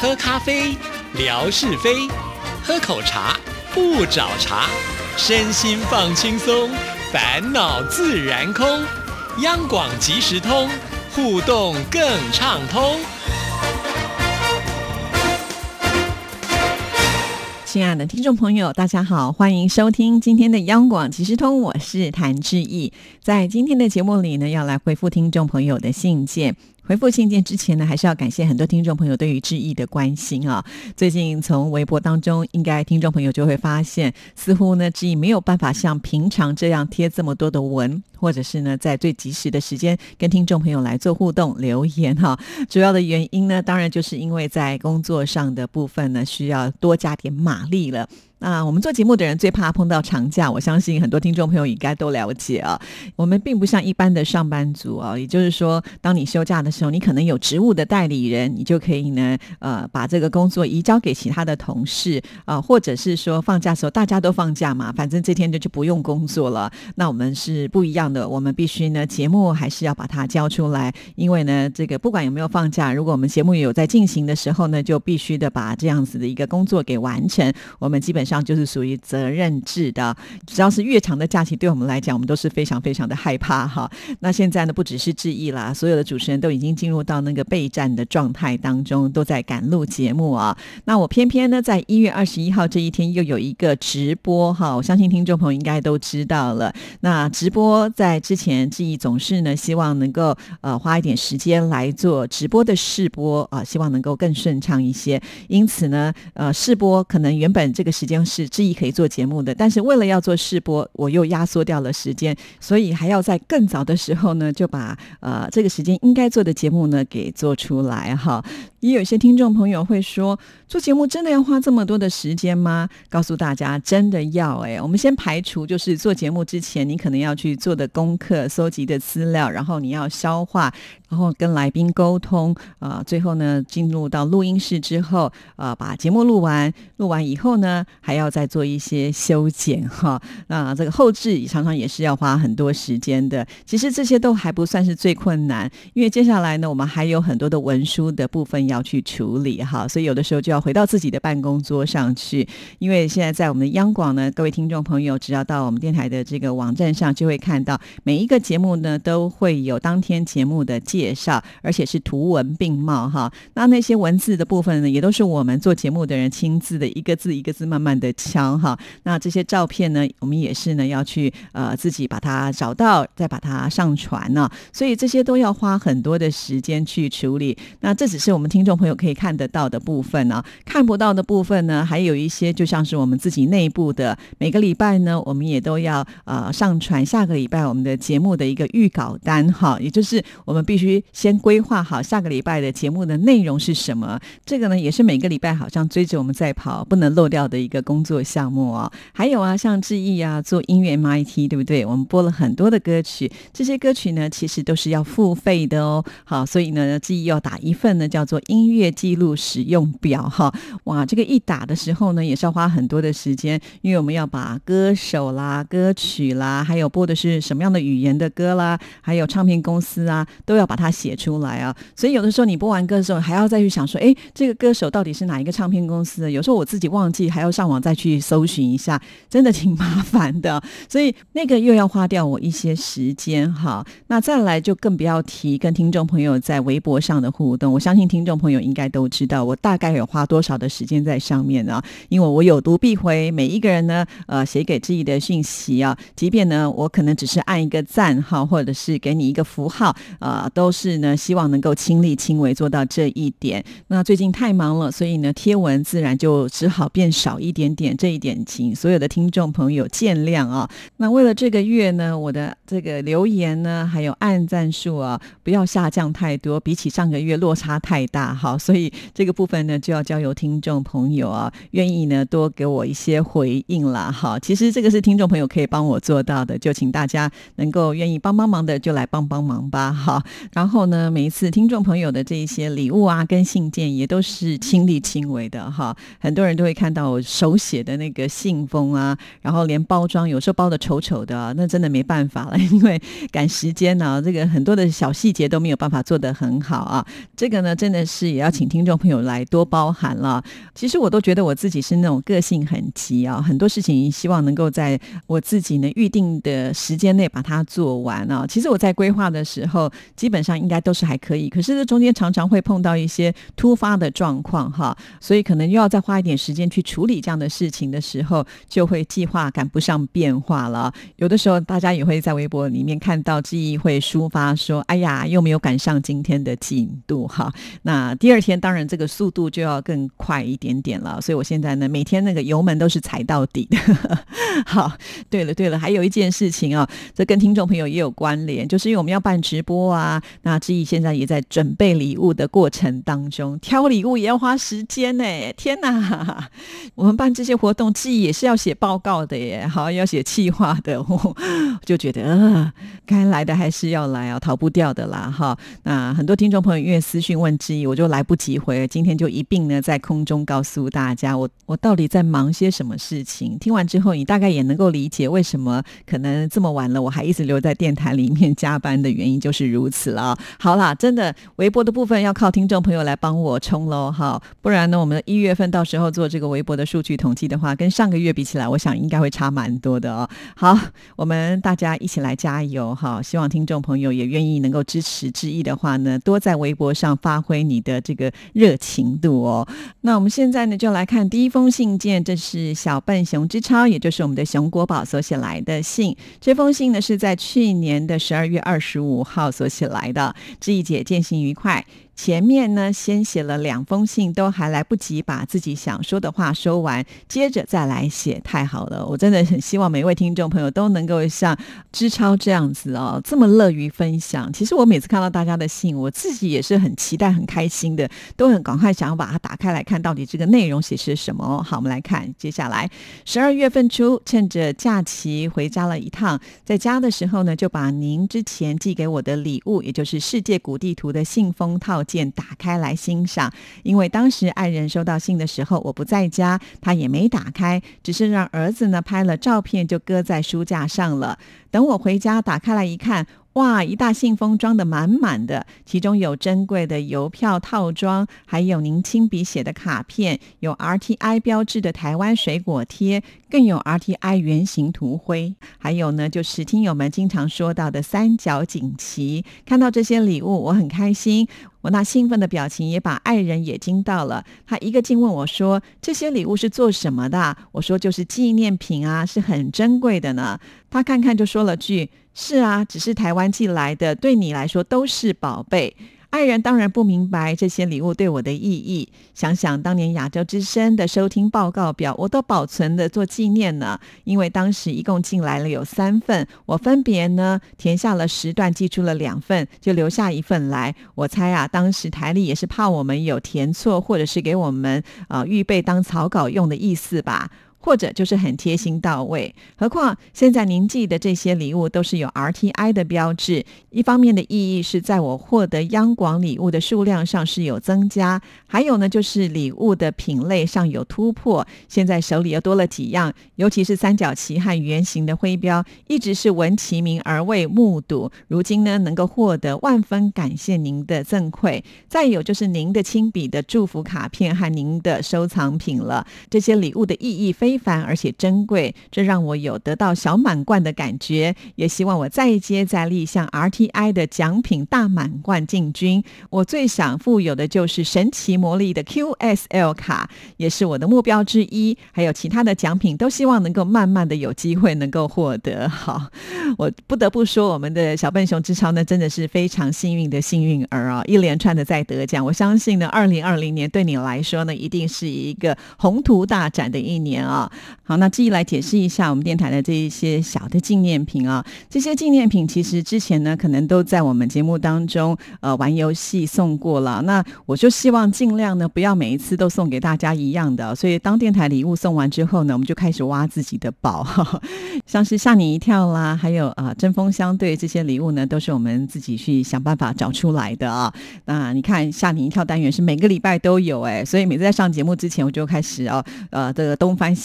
喝咖啡，聊是非；喝口茶，不找茬。身心放轻松，烦恼自然空。央广即时通，互动更畅通。 亲爱的听众朋友，大家好，欢迎收听今天的央广即时通，我是谭志毅。在今天的节目里呢，要来回复听众朋友的信件。回复信件之前呢，还是要感谢很多听众朋友对于志毅的关心啊。最近从微博当中，应该听众朋友就会发现，似乎呢志毅没有办法像平常这样贴这么多的文，或者是呢在最及时的时间跟听众朋友来做互动留言哈。主要的原因呢，当然就是因为在工作上的部分呢，需要多加点马力了。那我们做节目的人最怕碰到长假，我相信很多听众朋友应该都了解啊。我们并不像一般的上班族啊，也就是说，当你休假的时候，你可能有职务的代理人，你就可以呢，把这个工作移交给其他的同事或者是说放假的时候大家都放假嘛，反正这天就不用工作了。那我们是不一样的，我们必须呢节目还是要把它交出来，因为呢这个不管有没有放假，如果我们节目有在进行的时候呢，就必须的把这样子的一个工作给完成。我们基本上就是属于责任制的，只要是越长的假期，对我们来讲我们都是非常非常的害怕哈。那现在呢不只是志毅啦，所有的主持人都已经进入到那个备战的状态当中，都在赶录节目啊。那我偏偏呢在1月21号这一天又有一个直播哈，我相信听众朋友应该都知道了。那直播在之前志毅总是呢希望能够花一点时间来做直播的试播希望能够更顺畅一些。因此呢试播可能原本这个时间是志毅可以做节目的，但是为了要做试播，我又压缩掉了时间，所以还要在更早的时候呢就把这个时间应该做的节目呢给做出来哈。也有一些听众朋友会说，做节目真的要花这么多的时间吗？告诉大家真的要我们先排除就是做节目之前你可能要去做的功课，搜集的资料，然后你要消化，然后跟来宾沟通最后呢进入到录音室之后把节目录完以后呢还要再做一些修剪哈。那这个后制常常也是要花很多时间的。其实这些都还不算是最困难，因为接下来呢我们还有很多的文书的部分要去处理哈，所以有的时候就要回到自己的办公桌上去。因为现在在我们的央广呢，各位听众朋友只要到我们电台的这个网站上，就会看到每一个节目呢都会有当天节目的介绍，而且是图文并茂哈。那些文字的部分呢，也都是我们做节目的人亲自的一个字一个字慢慢的敲哈。那这些照片呢，我们也是呢要去自己把它找到，再把它上传呢。所以这些都要花很多的时间去处理。那这只是我们听众朋友可以看得到的部分啊，看不到的部分呢，还有一些就像是我们自己内部的，每个礼拜呢，我们也都要上传下个礼拜我们的节目的一个预稿单哈，也就是我们必须先规划好下个礼拜的节目的内容是什么。这个呢，也是每个礼拜好像追着我们在跑，不能漏掉的一个工作项目哦。还有像志毅做音乐 MIT 对不对？我们播了很多的歌曲，这些歌曲呢，其实都是要付费的哦。好，所以呢，志毅要打一份呢叫做音乐记录使用表哈。哇，这个一打的时候呢，也是要花很多的时间，因为我们要把歌手啦、歌曲啦，还有播的是什么样的语言的歌啦，还有唱片公司都要把它写出来啊。所以有的时候你播完歌的时候，还要再去想说，这个歌手到底是哪一个唱片公司的？有时候我自己忘记，还要上网再去搜寻一下，真的挺麻烦的。所以那个又要花掉我一些时间哈。那再来就更不要提跟听众朋友在微博上的互动，我相信听众朋友应该都知道我大概有花多少的时间在上面啊。因为我有读必回，每一个人呢写给志毅的讯息即便呢我可能只是按一个赞哈，或者是给你一个符号都是呢希望能够亲力亲为做到这一点。那最近太忙了，所以呢贴文自然就只好变少一点点，这一点请所有的听众朋友见谅啊。那为了这个月呢，我的这个留言呢还有按赞数不要下降太多，比起上个月落差太大哈，所以这个部分呢就要交由听众朋友愿意呢多给我一些回应啦哈。其实这个是听众朋友可以帮我做到的，就请大家能够愿意帮忙的就来帮忙吧哈。然后呢每一次听众朋友的这一些礼物跟信件也都是亲力亲为的哈。很多人都会看到我手写的那个信封然后连包装有时候包的丑丑的那真的没办法了，因为赶时间这个很多的小细节都没有办法做得很好这个呢真的是也要请听众朋友来多包涵了。其实我都觉得我自己是那种个性很急啊，很多事情希望能够在我自己呢预定的时间内把它做完啊。其实我在规划的时候基本上应该都是还可以，可是这中间常常会碰到一些突发的状况哈，所以可能又要再花一点时间去处理这样的事情的时候，就会计划赶不上变化了。有的时候大家也会在微博里面看到志毅会抒发说，哎呀又没有赶上今天的进度哈，那第二天当然这个速度就要更快一点点了，所以我现在呢每天那个油门都是踩到底的好，对了，还有一件事情啊，这跟听众朋友也有关联，就是因为我们要办直播啊，那志毅现在也在准备礼物的过程当中，挑礼物也要花时间呢，天哪，我们办这些活动志毅也是要写报告的耶，好，要写企划的，就觉得该来的还是要来啊，逃不掉的啦哈。那很多听众朋友因为私讯问志毅，我就来不及回，今天就一并呢在空中告诉大家我到底在忙些什么事情。听完之后你大概也能够理解为什么可能这么晚了我还一直留在电台里面加班的原因就是如此了。好啦，真的微博的部分要靠听众朋友来帮我冲咯哈，不然呢我们1月份到时候做这个微博的数据统计的话，跟上个月比起来我想应该会差蛮多的哦。好，我们大家一起来加油哈，希望听众朋友也愿意能够支持志毅的话呢，多在微博上发挥你的这个热情度哦。那我们现在呢就来看第一封信件，这是小笨熊之超，也就是我们的熊国宝所写来的信。这封信呢是在去年的12月25号所写来的，志毅姐践行愉快。前面呢先写了2封信，都还来不及把自己想说的话说完，接着再来写，太好了。我真的很希望每位听众朋友都能够像之超这样子哦，这么乐于分享。其实我每次看到大家的信，我自己也是很期待很开心的，都很赶快想要把它打开来看到底这个内容写是什么。好，我们来看接下来12月份初趁着假期回家了一趟，在家的时候呢就把您之前寄给我的礼物，也就是世界古地图的信封套件打开来欣赏。因为当时爱人收到信的时候我不在家，他也没打开，只是让儿子呢拍了照片就搁在书架上了。等我回家打开来一看，哇，一大信封装得满满的，其中有珍贵的邮票套装，还有您亲笔写的卡片，有 RTI 标志的台湾水果贴，更有 RTI 圆形图徽，还有呢就是听友们经常说到的三角锦旗。看到这些礼物我很开心，我那兴奋的表情也把爱人也惊到了，他一个劲问我说，这些礼物是做什么的？我说就是纪念品啊，是很珍贵的呢。他看看就说了句，是啊，只是台湾寄来的，对你来说都是宝贝。爱人当然不明白这些礼物对我的意义，想想当年亚洲之声的收听报告表我都保存的做纪念呢，因为当时一共进来了有3份，我分别呢填下了10段，寄出了2份，就留下1份来。我猜啊，当时台里也是怕我们有填错，或者是给我们预备当草稿用的意思吧，或者就是很贴心到位。何况现在您寄的这些礼物都是有 RTI 的标志，一方面的意义是在我获得央广礼物的数量上是有增加，还有呢就是礼物的品类上有突破，现在手里又多了几样，尤其是三角旗和圆形的徽标，一直是闻其名而未目睹，如今呢能够获得，万分感谢您的赠馈。再有就是您的亲笔的祝福卡片和您的收藏品了，这些礼物的意义非凡而且珍贵，这让我有得到小满贯的感觉，也希望我再接再厉，向 RTI 的奖品大满贯进军。我最想富有的就是神奇魔力的 QSL 卡，也是我的目标之一，还有其他的奖品都希望能够慢慢的有机会能够获得。好，我不得不说我们的小笨熊之超呢真的是非常幸运的幸运儿啊，一连串的在得奖。我相信呢2020年对你来说呢一定是一个宏图大展的一年啊。好，那继续来解释一下我们电台的这一些小的纪念品啊。这些纪念品其实之前呢可能都在我们节目当中玩游戏送过了，那我就希望尽量呢不要每一次都送给大家一样的，所以当电台礼物送完之后呢，我们就开始挖自己的宝像是吓你一跳啦，还有针锋相对，这些礼物呢都是我们自己去想办法找出来的啊。那你看吓你一跳单元是每个礼拜都有所以每次在上节目之前我就开始这个东翻西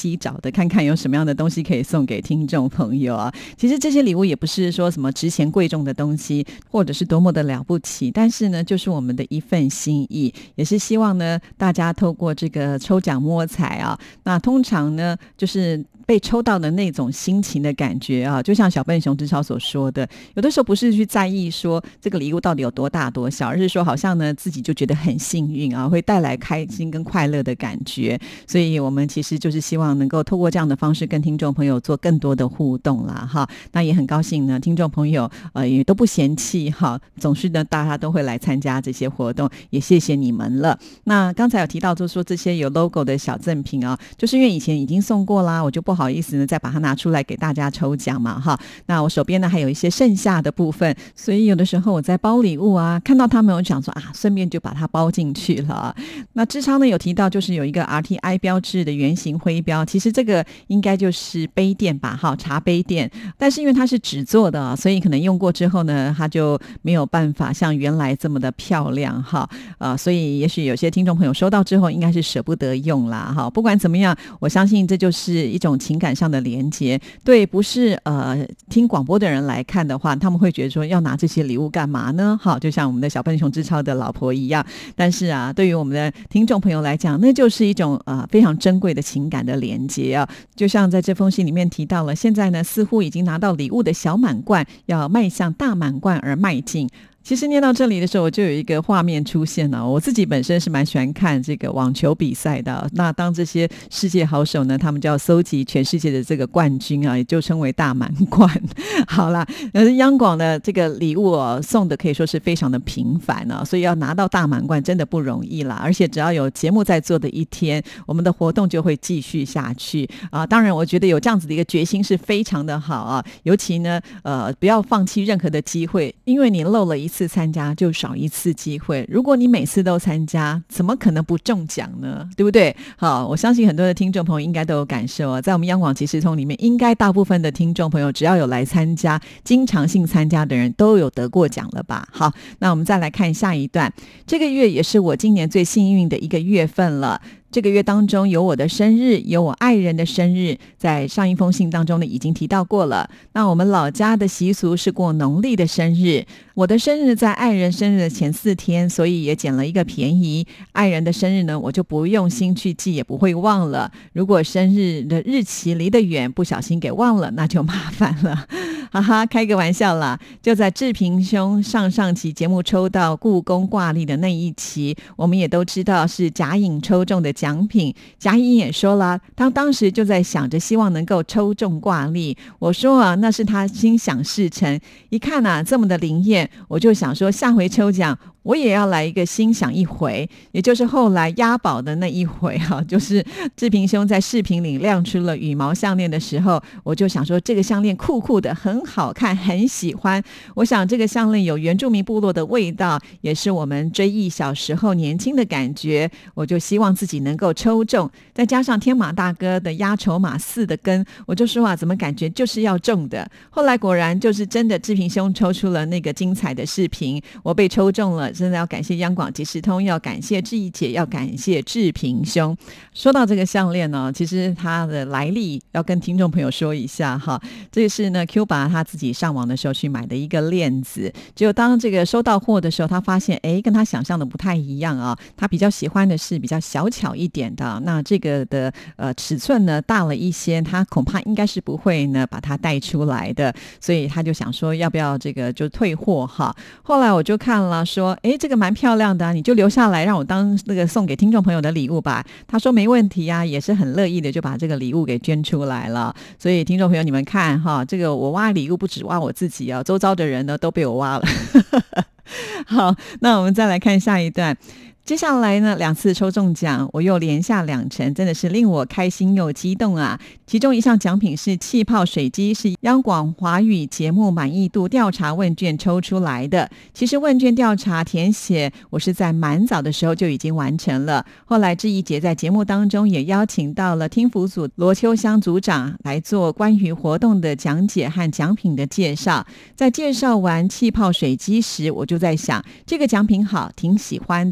七找的，看看有什么样的东西可以送给听众朋友啊。其实这些礼物也不是说什么值钱贵重的东西，或者是多么的了不起，但是呢就是我们的一份心意，也是希望呢大家透过这个抽奖摸彩啊，那通常呢就是被抽到的那种心情的感觉啊，就像小笨熊之超所说的，有的时候不是去在意说这个礼物到底有多大多小，而是说好像呢自己就觉得很幸运啊，会带来开心跟快乐的感觉。所以我们其实就是希望能够透过这样的方式跟听众朋友做更多的互动啦哈。那也很高兴呢，听众朋友也都不嫌弃哈，总是呢大家都会来参加这些活动，也谢谢你们了。那刚才有提到就是说这些有 logo 的小赠品啊，就是因为以前已经送过啦，我就不好意思呢再把它拿出来给大家抽奖嘛哈。那我手边呢还有一些剩下的部分，所以有的时候我在包礼物啊，看到他们我想说啊，顺便就把它包进去了。那志超呢有提到就是有一个 RTI 标志的圆形徽标，其实这个应该就是杯垫吧哈，茶杯垫，但是因为它是纸做的，所以可能用过之后呢它就没有办法像原来这么的漂亮哈。所以也许有些听众朋友收到之后应该是舍不得用啦哈。不管怎么样，我相信这就是一种情感上的连结。对不是听广播的人来看的话，他们会觉得说要拿这些礼物干嘛呢？好，就像我们的小笨熊之超的老婆一样。但是啊，对于我们的听众朋友来讲，那就是一种非常珍贵的情感的连结啊。就像在这封信里面提到了，现在呢似乎已经拿到礼物的小满贯要迈向大满贯而迈进。其实念到这里的时候，我就有一个画面出现了。我自己本身是蛮喜欢看这个网球比赛的。那当这些世界好手呢，他们就要搜集全世界的这个冠军啊，也就称为大满贯。好啦，央广的这个礼物送的可以说是非常的频繁啊，所以要拿到大满贯真的不容易啦。而且只要有节目在做的一天，我们的活动就会继续下去啊。当然，我觉得有这样子的一个决心是非常的好啊。尤其呢，不要放弃任何的机会，因为你漏了一次参加就少一次机会，如果你每次都参加，怎么可能不中奖呢？对不对？好，我相信很多的听众朋友应该都有感受啊，在我们央广即时通里面，应该大部分的听众朋友只要有来参加，经常性参加的人都有得过奖了吧？好，那我们再来看下一段。这个月也是我今年最幸运的一个月份了。这个月当中有我的生日，有我爱人的生日，在上一封信当中呢已经提到过了。那我们老家的习俗是过农历的生日，我的生日在爱人生日的前4天，所以也捡了一个便宜。爱人的生日呢，我就不用心去记，也不会忘了。如果生日的日期离得远，不小心给忘了，那就麻烦了。哈哈，开个玩笑啦。就在志平兄上期节目抽到故宫挂历的那一期，我们也都知道是贾颖抽中的奖品。贾颖也说了，他当时就在想着希望能够抽中挂历。我说啊，那是他心想事成。一看啊这么的灵验，我就想说下回抽奖我也要来一个心想一回，也就是后来押宝的那一回啊，就是志平兄在视频里亮出了羽毛项链的时候，我就想说这个项链酷酷的，很好看，很喜欢。我想这个项链有原住民部落的味道，也是我们追忆小时候年轻的感觉，我就希望自己能够抽中。再加上天马大哥的压筹码4的根，我就说啊，怎么感觉就是要中的。后来果然就是真的，志平兄抽出了那个精彩的视频，我被抽中了。真的要感谢央广即时通，要感谢志毅姐，要感谢志平兄。说到这个项链呢，其实它的来历要跟听众朋友说一下哈。这个是呢 Q 爸他自己上网的时候去买的一个链子，结果当这个收到货的时候，他发现跟他想象的不太一样啊。他比较喜欢的是比较小巧一点的，那这个的尺寸呢大了一些，他恐怕应该是不会呢把它带出来的，所以他就想说要不要这个就退货哈。后来我就看了说这个蛮漂亮的你就留下来让我当那个送给听众朋友的礼物吧。他说没问题啊，也是很乐意的就把这个礼物给捐出来了。所以听众朋友你们看哈，这个我挖礼物不止挖我自己啊，周遭的人呢都被我挖了。好，那我们再来看下一段。接下来呢2次抽中奖，我又连下2成，真的是令我开心又激动啊。其中一项奖品是气泡水机，是央广华语节目满意度调查问卷抽出来的。其实问卷调查填写我是在蛮早的时候就已经完成了，后来志毅姐在节目当中也邀请到了听福组罗秋香组长来做关于活动的讲解和奖品的介绍。在介绍完气泡水机时，我就在想这个奖品好，挺喜欢的，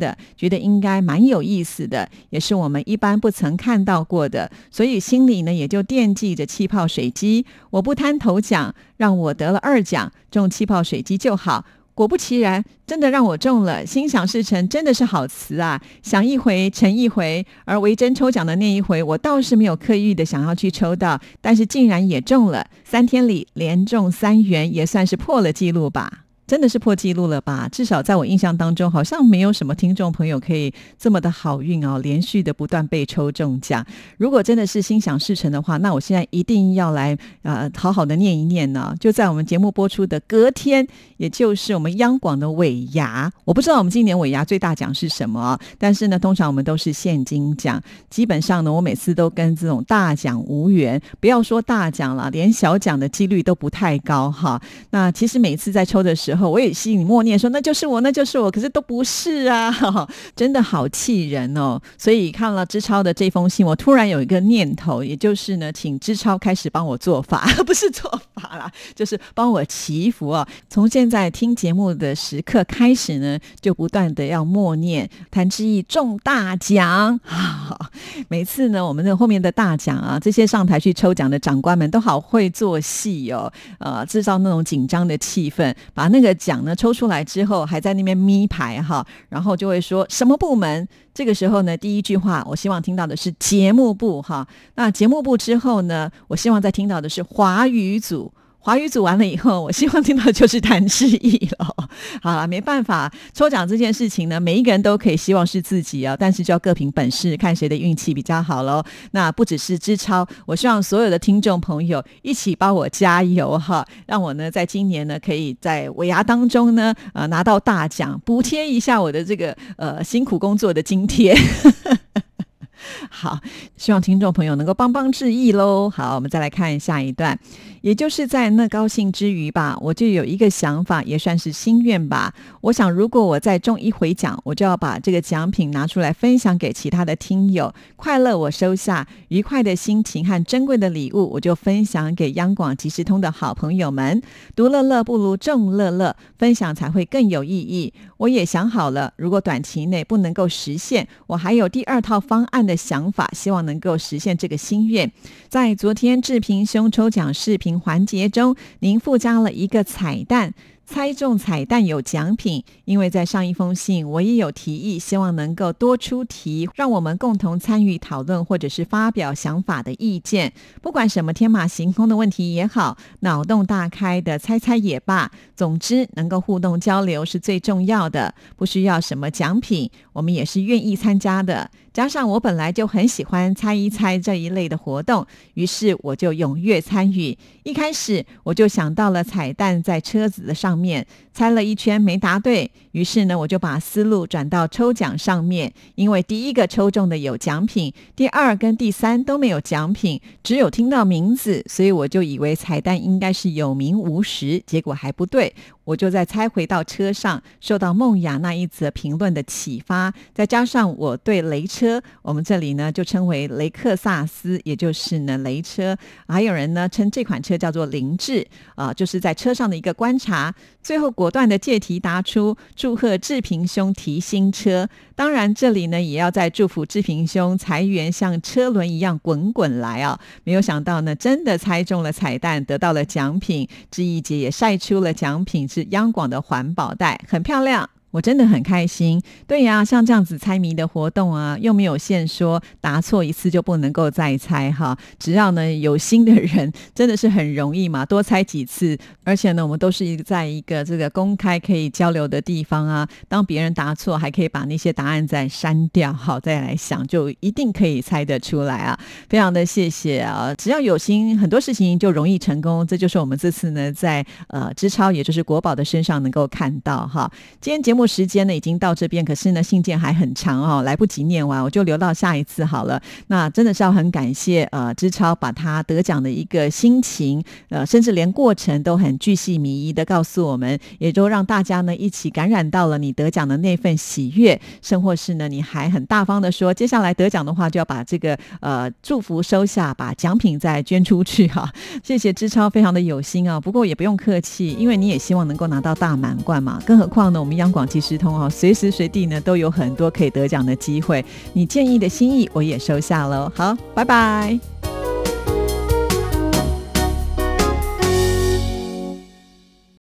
觉得应该蛮有意思的，也是我们一般不曾看到过的，所以心里呢也就惦记着气泡水机。我不贪头奖，让我得了2奖，中气泡水机就好。果不其然，真的让我中了，心想事成，真的是好词啊！想一回成一回，而微珍抽奖的那一回，我倒是没有刻意的想要去抽到，但是竟然也中了，3天里连中3元，也算是破了纪录吧。真的是破纪录了吧？至少在我印象当中，好像没有什么听众朋友可以这么的好运哦，连续的不断被抽中奖。如果真的是心想事成的话，那我现在一定要来好好的念一念呢。就在我们节目播出的隔天，也就是我们央广的尾牙，我不知道我们今年尾牙最大奖是什么，但是呢，通常我们都是现金奖。基本上呢，我每次都跟这种大奖无缘，不要说大奖了，连小奖的几率都不太高哈。那其实每次在抽的时候，我也心里默念说那就是我，那就是我，可是都不是啊，真的好气人哦。所以看了知超的这封信，我突然有一个念头，也就是呢，请知超开始帮我做法，不是做法啦，就是帮我祈福哦。从现在听节目的时刻开始呢，就不断的要默念谭志毅中大奖。每次呢，我们的后面的大奖啊，这些上台去抽奖的长官们都好会做戏哦，制造那种紧张的气氛，把那个奖呢抽出来之后，还在那边咪牌哈，然后就会说什么部门。这个时候呢，第一句话我希望听到的是节目部哈，那节目部之后呢，我希望再听到的是华语组。华语组完了以后，我希望听到的就是谭志毅了。好了，没办法，抽奖这件事情呢，每一个人都可以希望是自己啊，但是就要各凭本事，看谁的运气比较好咯。那不只是知超，我希望所有的听众朋友一起帮我加油哈，让我呢在今年呢可以在尾牙当中呢拿到大奖，补贴一下我的这个辛苦工作的津贴。好，希望听众朋友能够帮帮志毅咯。好，我们再来看下一段，也就是在那高兴之余吧，我就有一个想法，也算是心愿吧。我想如果我再中1回奖，我就要把这个奖品拿出来分享给其他的听友，快乐我收下，愉快的心情和珍贵的礼物我就分享给央广即时通的好朋友们。独乐乐不如众乐乐，分享才会更有意义。我也想好了，如果短期内不能够实现，我还有第2套方案的想法，希望能够实现这个心愿。在昨天志平兄抽奖视频环节中，您附加了一个彩蛋，猜中彩蛋有奖品。因为在上一封信我也有提议，希望能够多出题，让我们共同参与讨论或者是发表想法的意见，不管什么天马行空的问题也好，脑洞大开的猜猜也罢，总之能够互动交流是最重要的，不需要什么奖品，我们也是愿意参加的。加上我本来就很喜欢猜一猜这一类的活动，于是我就踊跃参与。一开始我就想到了彩蛋在车子的上面，猜了一圈没答对，于是呢我就把思路转到抽奖上面，因为第1个抽中的有奖品，第2跟第3都没有奖品，只有听到名字，所以我就以为彩蛋应该是有名无实，结果还不对。我就再猜回到车上，受到梦雅那一则评论的启发，再加上我对雷车，我们这里呢就称为雷克萨斯，也就是呢雷车，还有人呢称这款车叫做凌志，就是在车上的一个观察，最后果断的借题答出，祝贺志平兄提新车。当然这里呢也要再祝福志平兄财源像车轮一样滚滚来啊！没有想到呢真的猜中了彩蛋，得到了奖品，志毅姐也晒出了奖品，是央广的环保袋，很漂亮。我真的很开心。对呀，像这样子猜谜的活动啊，又没有限说答错1次就不能够再猜哈，只要呢有心的人真的是很容易嘛，多猜几次。而且呢我们都是在一个这个公开可以交流的地方啊，当别人答错还可以把那些答案再删掉，好再来想，就一定可以猜得出来啊。非常的谢谢啊，只要有心，很多事情就容易成功，这就是我们这次呢在知超也就是国宝的身上能够看到哈。今天节目时间呢已经到这边，可是呢信件还很长哦，来不及念完，我就留到下一次好了。那真的是要很感谢知超把他得奖的一个心情甚至连过程都很巨细靡遗的告诉我们，也都让大家呢一起感染到了你得奖的那份喜悦，甚或是呢你还很大方的说接下来得奖的话就要把这个祝福收下，把奖品再捐出去哈。谢谢知超非常的有心啊，不过也不用客气，因为你也希望能够拿到大满贯嘛，更何况呢我们央广即时通哦，随时随地呢都有很多可以得奖的机会。你建议的心意我也收下了，好，拜拜。